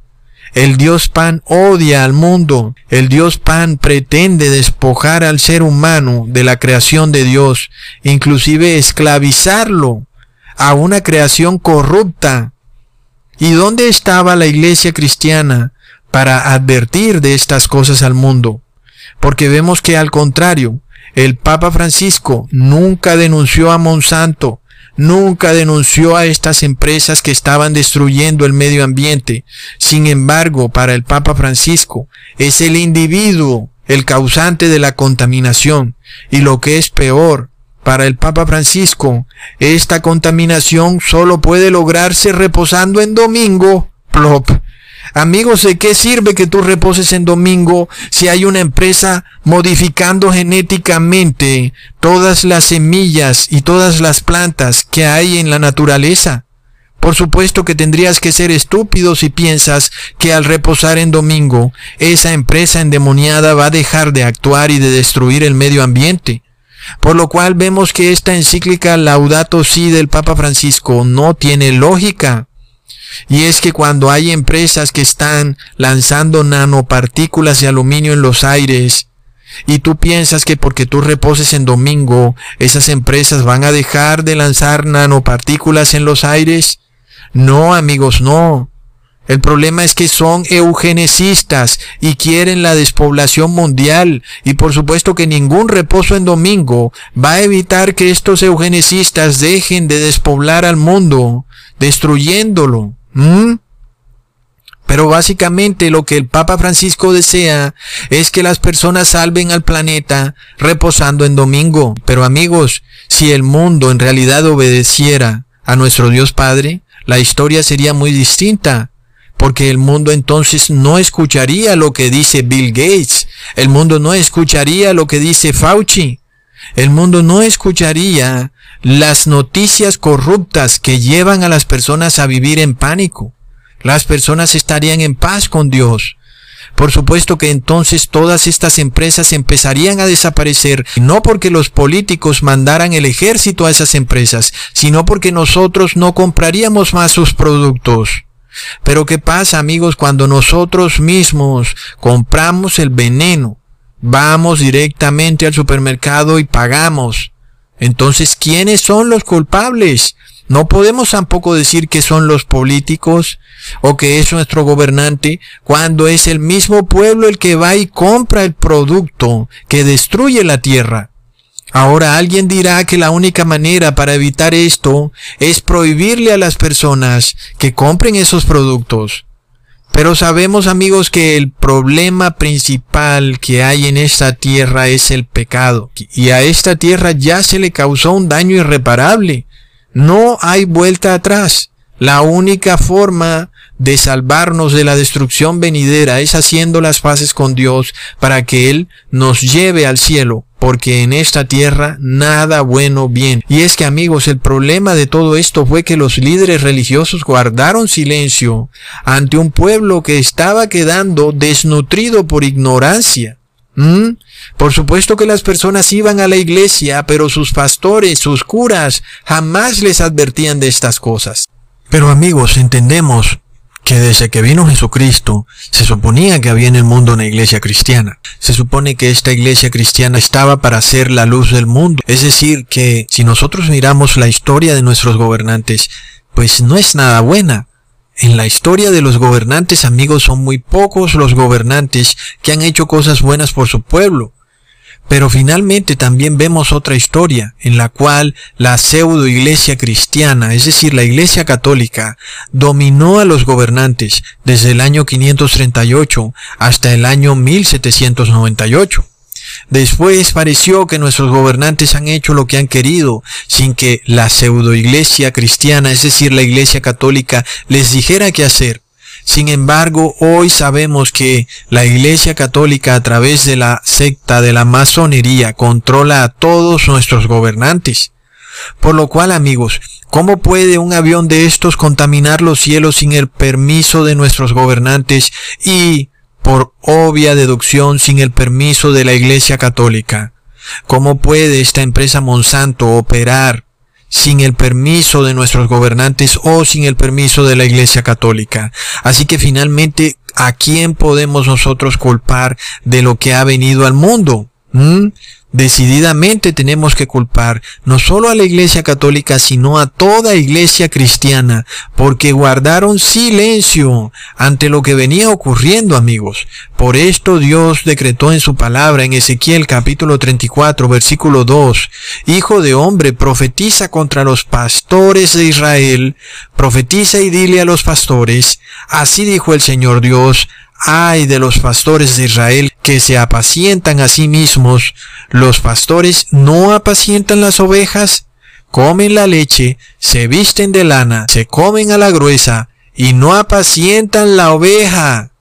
El Dios Pan odia al mundo. El Dios Pan pretende despojar al ser humano de la creación de Dios, inclusive esclavizarlo a una creación corrupta. ¿Y dónde estaba la iglesia cristiana para advertir de estas cosas al mundo? Porque vemos que al contrario, el Papa Francisco nunca denunció a Monsanto, nunca denunció a estas empresas que estaban destruyendo el medio ambiente. Sin embargo, para el Papa Francisco es el individuo el causante de la contaminación. Y lo que es peor, para el Papa Francisco, esta contaminación solo puede lograrse reposando en domingo. Plop. Amigos, ¿de qué sirve que tú reposes en domingo si hay una empresa modificando genéticamente todas las semillas y todas las plantas que hay en la naturaleza? Por supuesto que tendrías que ser estúpido si piensas que al reposar en domingo, esa empresa endemoniada va a dejar de actuar y de destruir el medio ambiente. Por lo cual vemos que esta encíclica Laudato Si del Papa Francisco no tiene lógica. Y es que cuando hay empresas que están lanzando nanopartículas de aluminio en los aires, y tú piensas que porque tú reposes en domingo, esas empresas van a dejar de lanzar nanopartículas en los aires. No, amigos, no. El problema es que son eugenecistas y quieren la despoblación mundial. Y por supuesto que ningún reposo en domingo va a evitar que estos eugenecistas dejen de despoblar al mundo, destruyéndolo. Pero básicamente lo que el Papa Francisco desea es que las personas salven al planeta reposando en domingo. Pero amigos, si el mundo en realidad obedeciera a nuestro Dios Padre, la historia sería muy distinta. Porque el mundo entonces no escucharía lo que dice Bill Gates. El mundo no escucharía lo que dice Fauci. El mundo no escucharía las noticias corruptas que llevan a las personas a vivir en pánico. Las personas estarían en paz con Dios. Por supuesto que entonces todas estas empresas empezarían a desaparecer, no porque los políticos mandaran el ejército a esas empresas, sino porque nosotros no compraríamos más sus productos. Pero ¿qué pasa, amigos, cuando nosotros mismos compramos el veneno? Vamos directamente al supermercado y pagamos. Entonces, ¿quiénes son los culpables? No podemos tampoco decir que son los políticos o que es nuestro gobernante, cuando es el mismo pueblo el que va y compra el producto que destruye la tierra. Ahora alguien dirá que la única manera para evitar esto es prohibirle a las personas que compren esos productos. Pero sabemos, amigos, que el problema principal que hay en esta tierra es el pecado. Y a esta tierra ya se le causó un daño irreparable. No hay vuelta atrás. La única forma de salvarnos de la destrucción venidera es haciendo las paces con Dios para que Él nos lleve al cielo, porque en esta tierra nada bueno viene. Y es que, amigos, el problema de todo esto fue que los líderes religiosos guardaron silencio ante un pueblo que estaba quedando desnutrido por ignorancia. Por supuesto que las personas iban a la iglesia, pero sus pastores, sus curas, jamás les advertían de estas cosas. Pero amigos, entendemos que desde que vino Jesucristo, se suponía que había en el mundo una iglesia cristiana. Se supone que esta iglesia cristiana estaba para ser la luz del mundo. Es decir, que si nosotros miramos la historia de nuestros gobernantes, pues no es nada buena. En la historia de los gobernantes, amigos, son muy pocos los gobernantes que han hecho cosas buenas por su pueblo. Pero finalmente también vemos otra historia en la cual la pseudo iglesia cristiana, es decir, la iglesia católica, dominó a los gobernantes desde el año 538 hasta el año 1798. Después pareció que nuestros gobernantes han hecho lo que han querido, sin que la pseudo iglesia cristiana, es decir, la iglesia católica, les dijera qué hacer. Sin embargo, hoy sabemos que la Iglesia Católica, a través de la secta de la masonería, controla a todos nuestros gobernantes. Por lo cual, amigos, ¿cómo puede un avión de estos contaminar los cielos sin el permiso de nuestros gobernantes y, por obvia deducción, sin el permiso de la Iglesia Católica? ¿Cómo puede esta empresa Monsanto operar sin el permiso de nuestros gobernantes o sin el permiso de la Iglesia Católica. Así que finalmente, ¿a quién podemos nosotros culpar de lo que ha venido al mundo? Decididamente tenemos que culpar no solo a la Iglesia Católica, sino a toda iglesia cristiana, porque guardaron silencio ante lo que venía ocurriendo, amigos. Por esto Dios decretó en su palabra en Ezequiel capítulo 34, versículo 2, Hijo de hombre, profetiza contra los pastores de Israel, profetiza y dile a los pastores, así dijo el Señor Dios, ay de los pastores de Israel que se apacientan a sí mismos. ¿Los pastores no apacientan las ovejas? Comen la leche, se visten de lana, se comen a la gruesa y no apacientan la oveja.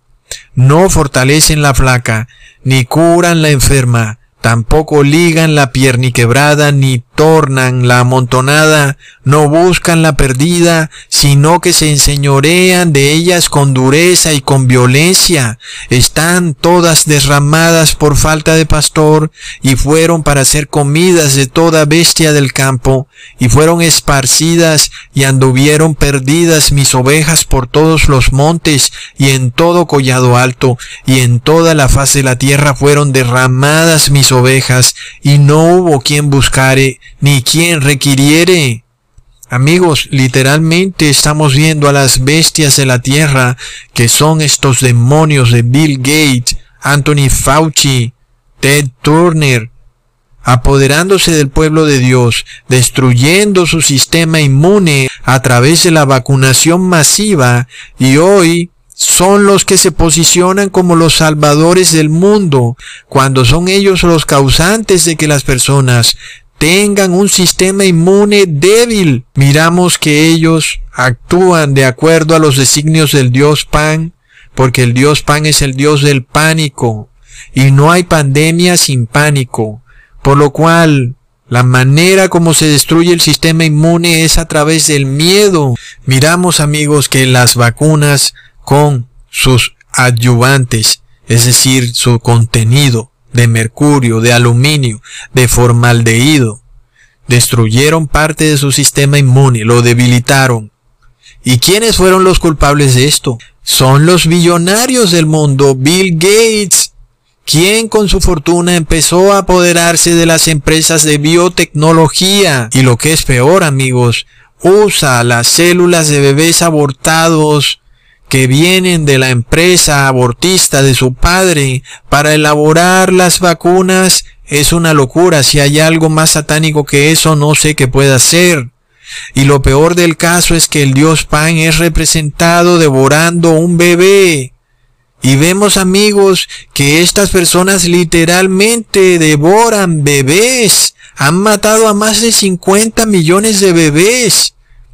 No fortalecen la flaca, ni curan la enferma, tampoco ligan la pierna quebrada, ni tornan la amontonada, no buscan la perdida, sino que se enseñorean de ellas con dureza y con violencia. Están todas derramadas por falta de pastor, y fueron para ser comidas de toda bestia del campo, y fueron esparcidas, y anduvieron perdidas mis ovejas por todos los montes, y en todo collado alto, y en toda la faz de la tierra fueron derramadas mis ovejas, y no hubo quien buscare, ni quien requiriere. Amigos, literalmente estamos viendo a las bestias de la tierra, que son estos demonios de Bill Gates, Anthony Fauci, Ted Turner, apoderándose del pueblo de Dios, destruyendo su sistema inmune a través de la vacunación masiva, y hoy son los que se posicionan como los salvadores del mundo, cuando son ellos los causantes de que las personas tengan un sistema inmune débil. Miramos que ellos actúan de acuerdo a los designios del Dios Pan, porque el Dios Pan es el Dios del pánico, y no hay pandemia sin pánico, por lo cual la manera como se destruye el sistema inmune es a través del miedo. Miramos, amigos, que las vacunas con sus adyuvantes, es decir, su contenido de mercurio, de aluminio, de formaldehído, destruyeron parte de su sistema inmune, lo debilitaron. ¿Y quiénes fueron los culpables de esto? Son los billonarios del mundo, Bill Gates, quien con su fortuna empezó a apoderarse de las empresas de biotecnología. Y lo que es peor, amigos, usa las células de bebés abortados que vienen de la empresa abortista de su padre para elaborar las vacunas. Es una locura. Si hay algo más satánico que eso, no sé qué pueda ser. Y lo peor del caso es que el Dios Pan es representado devorando un bebé. Y vemos, amigos, que estas personas literalmente devoran bebés. Han matado a más de 50 millones de bebés.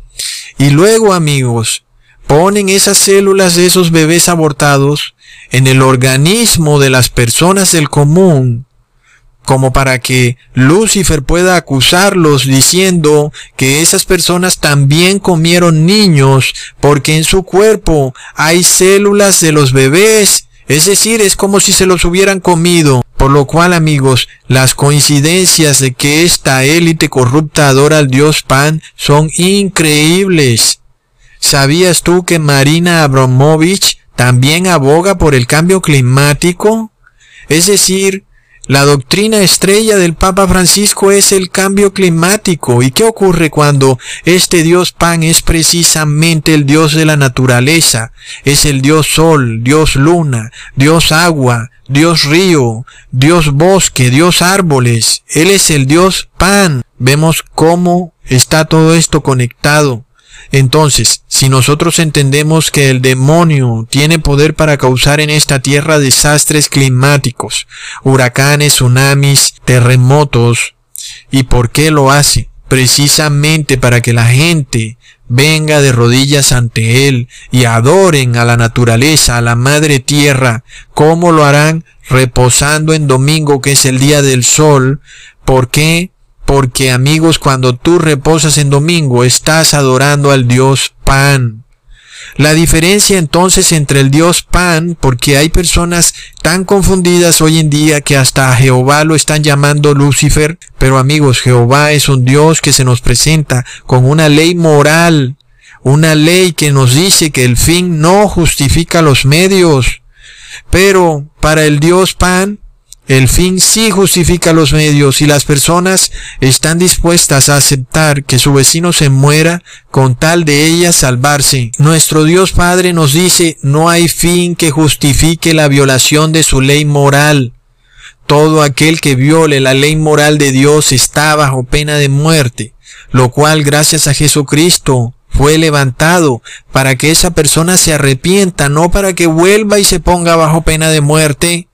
Y luego, amigos, ponen esas células de esos bebés abortados en el organismo de las personas del común, como para que Lucifer pueda acusarlos diciendo que esas personas también comieron niños, porque en su cuerpo hay células de los bebés. Es decir, es como si se los hubieran comido. Por lo cual, amigos, las coincidencias de que esta élite corrupta adora al Dios Pan son increíbles. ¿Sabías tú que Marina Abramovich también aboga por el cambio climático? Es decir, la doctrina estrella del Papa Francisco es el cambio climático. ¿Y qué ocurre cuando este Dios Pan es precisamente el Dios de la naturaleza? Es el Dios Sol, Dios Luna, Dios Agua, Dios Río, Dios Bosque, Dios Árboles. Él es el Dios Pan. Vemos cómo está todo esto conectado. Entonces, si nosotros entendemos que el demonio tiene poder para causar en esta tierra desastres climáticos, huracanes, tsunamis, terremotos, ¿y por qué lo hace? Precisamente para que la gente venga de rodillas ante él y adoren a la naturaleza, a la madre tierra. ¿Cómo lo harán? Reposando en domingo, que es el día del sol. ¿Por qué? Porque, amigos, cuando tú reposas en domingo, estás adorando al Dios Pan. La diferencia entonces entre el Dios Pan, porque hay personas tan confundidas hoy en día que hasta a Jehová lo están llamando Lucifer, pero amigos, Jehová es un Dios que se nos presenta con una ley moral, una ley que nos dice que el fin no justifica los medios, pero para el Dios Pan, el fin sí justifica los medios y las personas están dispuestas a aceptar que su vecino se muera con tal de ellas salvarse. Nuestro Dios Padre nos dice, no hay fin que justifique la violación de su ley moral. Todo aquel que viole la ley moral de Dios está bajo pena de muerte, lo cual gracias a Jesucristo fue levantado para que esa persona se arrepienta, no para que vuelva y se ponga bajo pena de muerte.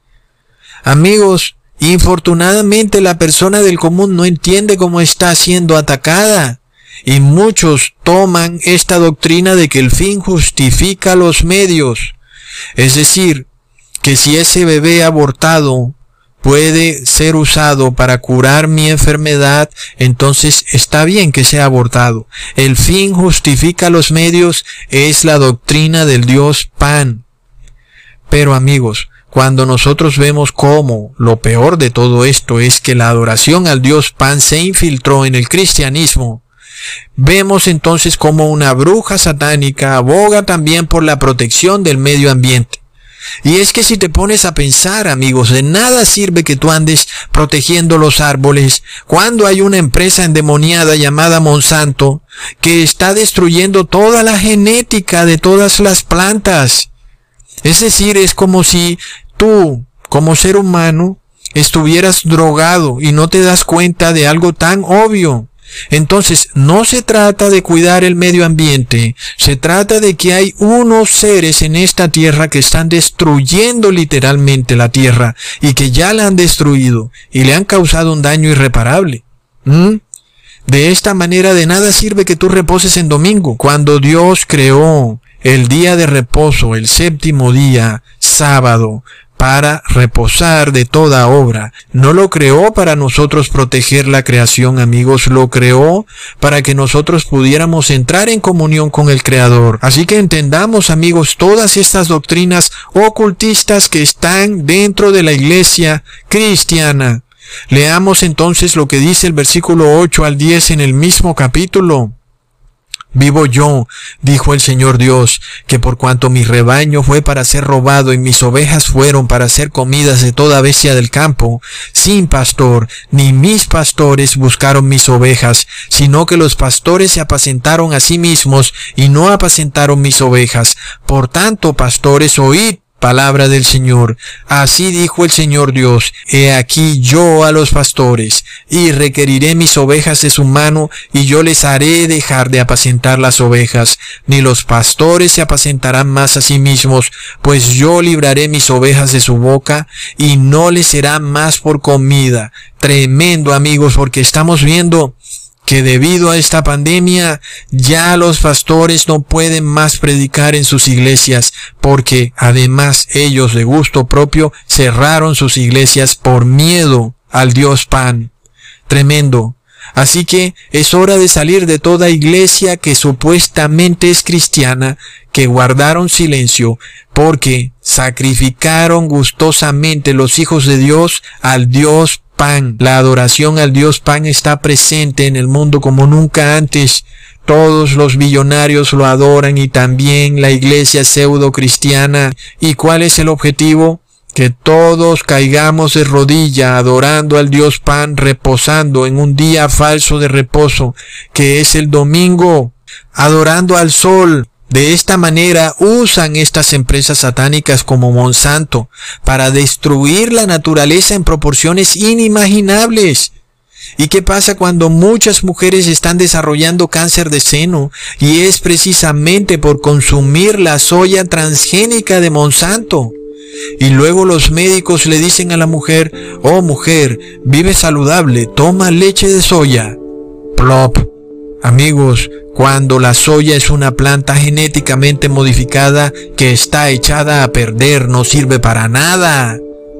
Amigos, infortunadamente la persona del común no entiende cómo está siendo atacada y muchos toman esta doctrina de que el fin justifica los medios. Es decir, que si ese bebé abortado puede ser usado para curar mi enfermedad, entonces está bien que sea abortado. El fin justifica los medios es la doctrina del Dios Pan. Pero amigos, cuando nosotros vemos cómo lo peor de todo esto es que la adoración al Dios Pan se infiltró en el cristianismo, vemos entonces cómo una bruja satánica aboga también por la protección del medio ambiente. Y es que si te pones a pensar, amigos, de nada sirve que tú andes protegiendo los árboles cuando hay una empresa endemoniada llamada Monsanto que está destruyendo toda la genética de todas las plantas. Es decir, es como si tú, como ser humano, estuvieras drogado y no te das cuenta de algo tan obvio. Entonces, no se trata de cuidar el medio ambiente, se trata de que hay unos seres en esta tierra que están destruyendo literalmente la tierra y que ya la han destruido y le han causado un daño irreparable. De esta manera de nada sirve que tú reposes en domingo. Cuando Dios creó el día de reposo, el séptimo día, sábado, para reposar de toda obra. No lo creó para nosotros proteger la creación, amigos, lo creó para que nosotros pudiéramos entrar en comunión con el Creador. Así que entendamos, amigos, todas estas doctrinas ocultistas que están dentro de la iglesia cristiana. Leamos entonces lo que dice el versículo 8 al 10 en el mismo capítulo. Vivo yo, dijo el Señor Dios, que por cuanto mi rebaño fue para ser robado y mis ovejas fueron para ser comidas de toda bestia del campo, sin pastor, ni mis pastores buscaron mis ovejas, sino que los pastores se apacentaron a sí mismos y no apacentaron mis ovejas. Por tanto, pastores, oíd palabra del Señor. Así dijo el Señor Dios, he aquí yo a los pastores, y requeriré mis ovejas de su mano, y yo les haré dejar de apacentar las ovejas, ni los pastores se apacentarán más a sí mismos, pues yo libraré mis ovejas de su boca, y no les será más por comida. Tremendo, amigos, porque estamos viendo que debido a esta pandemia ya los pastores no pueden más predicar en sus iglesias, porque además ellos de gusto propio cerraron sus iglesias por miedo al Dios Pan. Tremendo. Así que es hora de salir de toda iglesia que supuestamente es cristiana, que guardaron silencio, porque sacrificaron gustosamente los hijos de Dios al Dios Pan. La adoración al Dios Pan está presente en el mundo como nunca antes. Todos los billonarios lo adoran y también la iglesia pseudo cristiana. ¿Y cuál es el objetivo? Que todos caigamos de rodilla adorando al Dios Pan, reposando en un día falso de reposo, que es el domingo, adorando al sol. De esta manera usan estas empresas satánicas como Monsanto para destruir la naturaleza en proporciones inimaginables. ¿Y qué pasa cuando muchas mujeres están desarrollando cáncer de seno? Y es precisamente por consumir la soya transgénica de Monsanto. Y luego los médicos le dicen a la mujer, oh mujer, vive saludable, toma leche de soya. Plop. Amigos, cuando la soya es una planta genéticamente modificada que está echada a perder, no sirve para nada.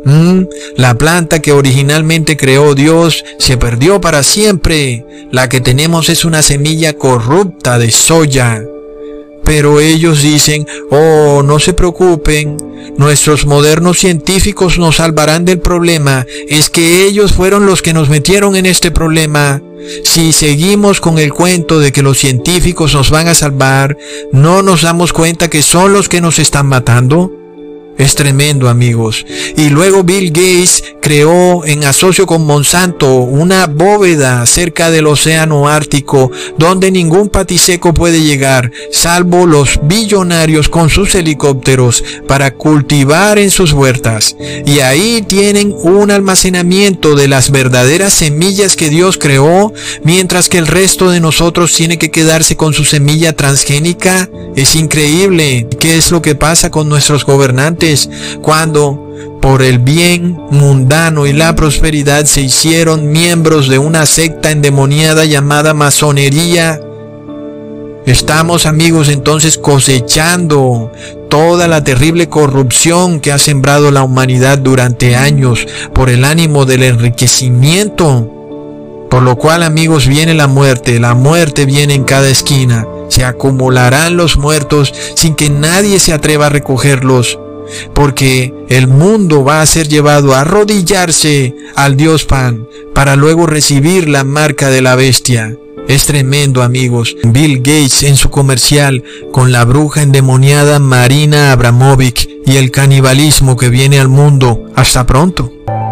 La planta que originalmente creó Dios se perdió para siempre. La que tenemos es una semilla corrupta de soya. Pero ellos dicen, oh, no se preocupen, nuestros modernos científicos nos salvarán del problema, es que ellos fueron los que nos metieron en este problema. Si seguimos con el cuento de que los científicos nos van a salvar, ¿no nos damos cuenta que son los que nos están matando? Es tremendo, amigos. Y luego Bill Gates creó, en asocio con Monsanto, una bóveda cerca del océano Ártico donde ningún patiseco puede llegar, salvo los billonarios con sus helicópteros para cultivar en sus huertas. Y ahí tienen un almacenamiento de las verdaderas semillas que Dios creó, mientras que el resto de nosotros tiene que quedarse con su semilla transgénica. Es increíble. ¿Qué es lo que pasa con nuestros gobernantes cuando por el bien mundano y la prosperidad se hicieron miembros de una secta endemoniada llamada masonería? Estamos, amigos, entonces cosechando toda la terrible corrupción que ha sembrado la humanidad durante años por el ánimo del enriquecimiento. Por lo cual, amigos, viene la muerte viene en cada esquina. Se acumularán los muertos sin que nadie se atreva a recogerlos, porque el mundo va a ser llevado a arrodillarse al dios Pan para luego recibir la marca de la bestia. Es tremendo, amigos. Bill Gates en su comercial con la bruja endemoniada Marina Abramovic y el canibalismo que viene al mundo. Hasta pronto.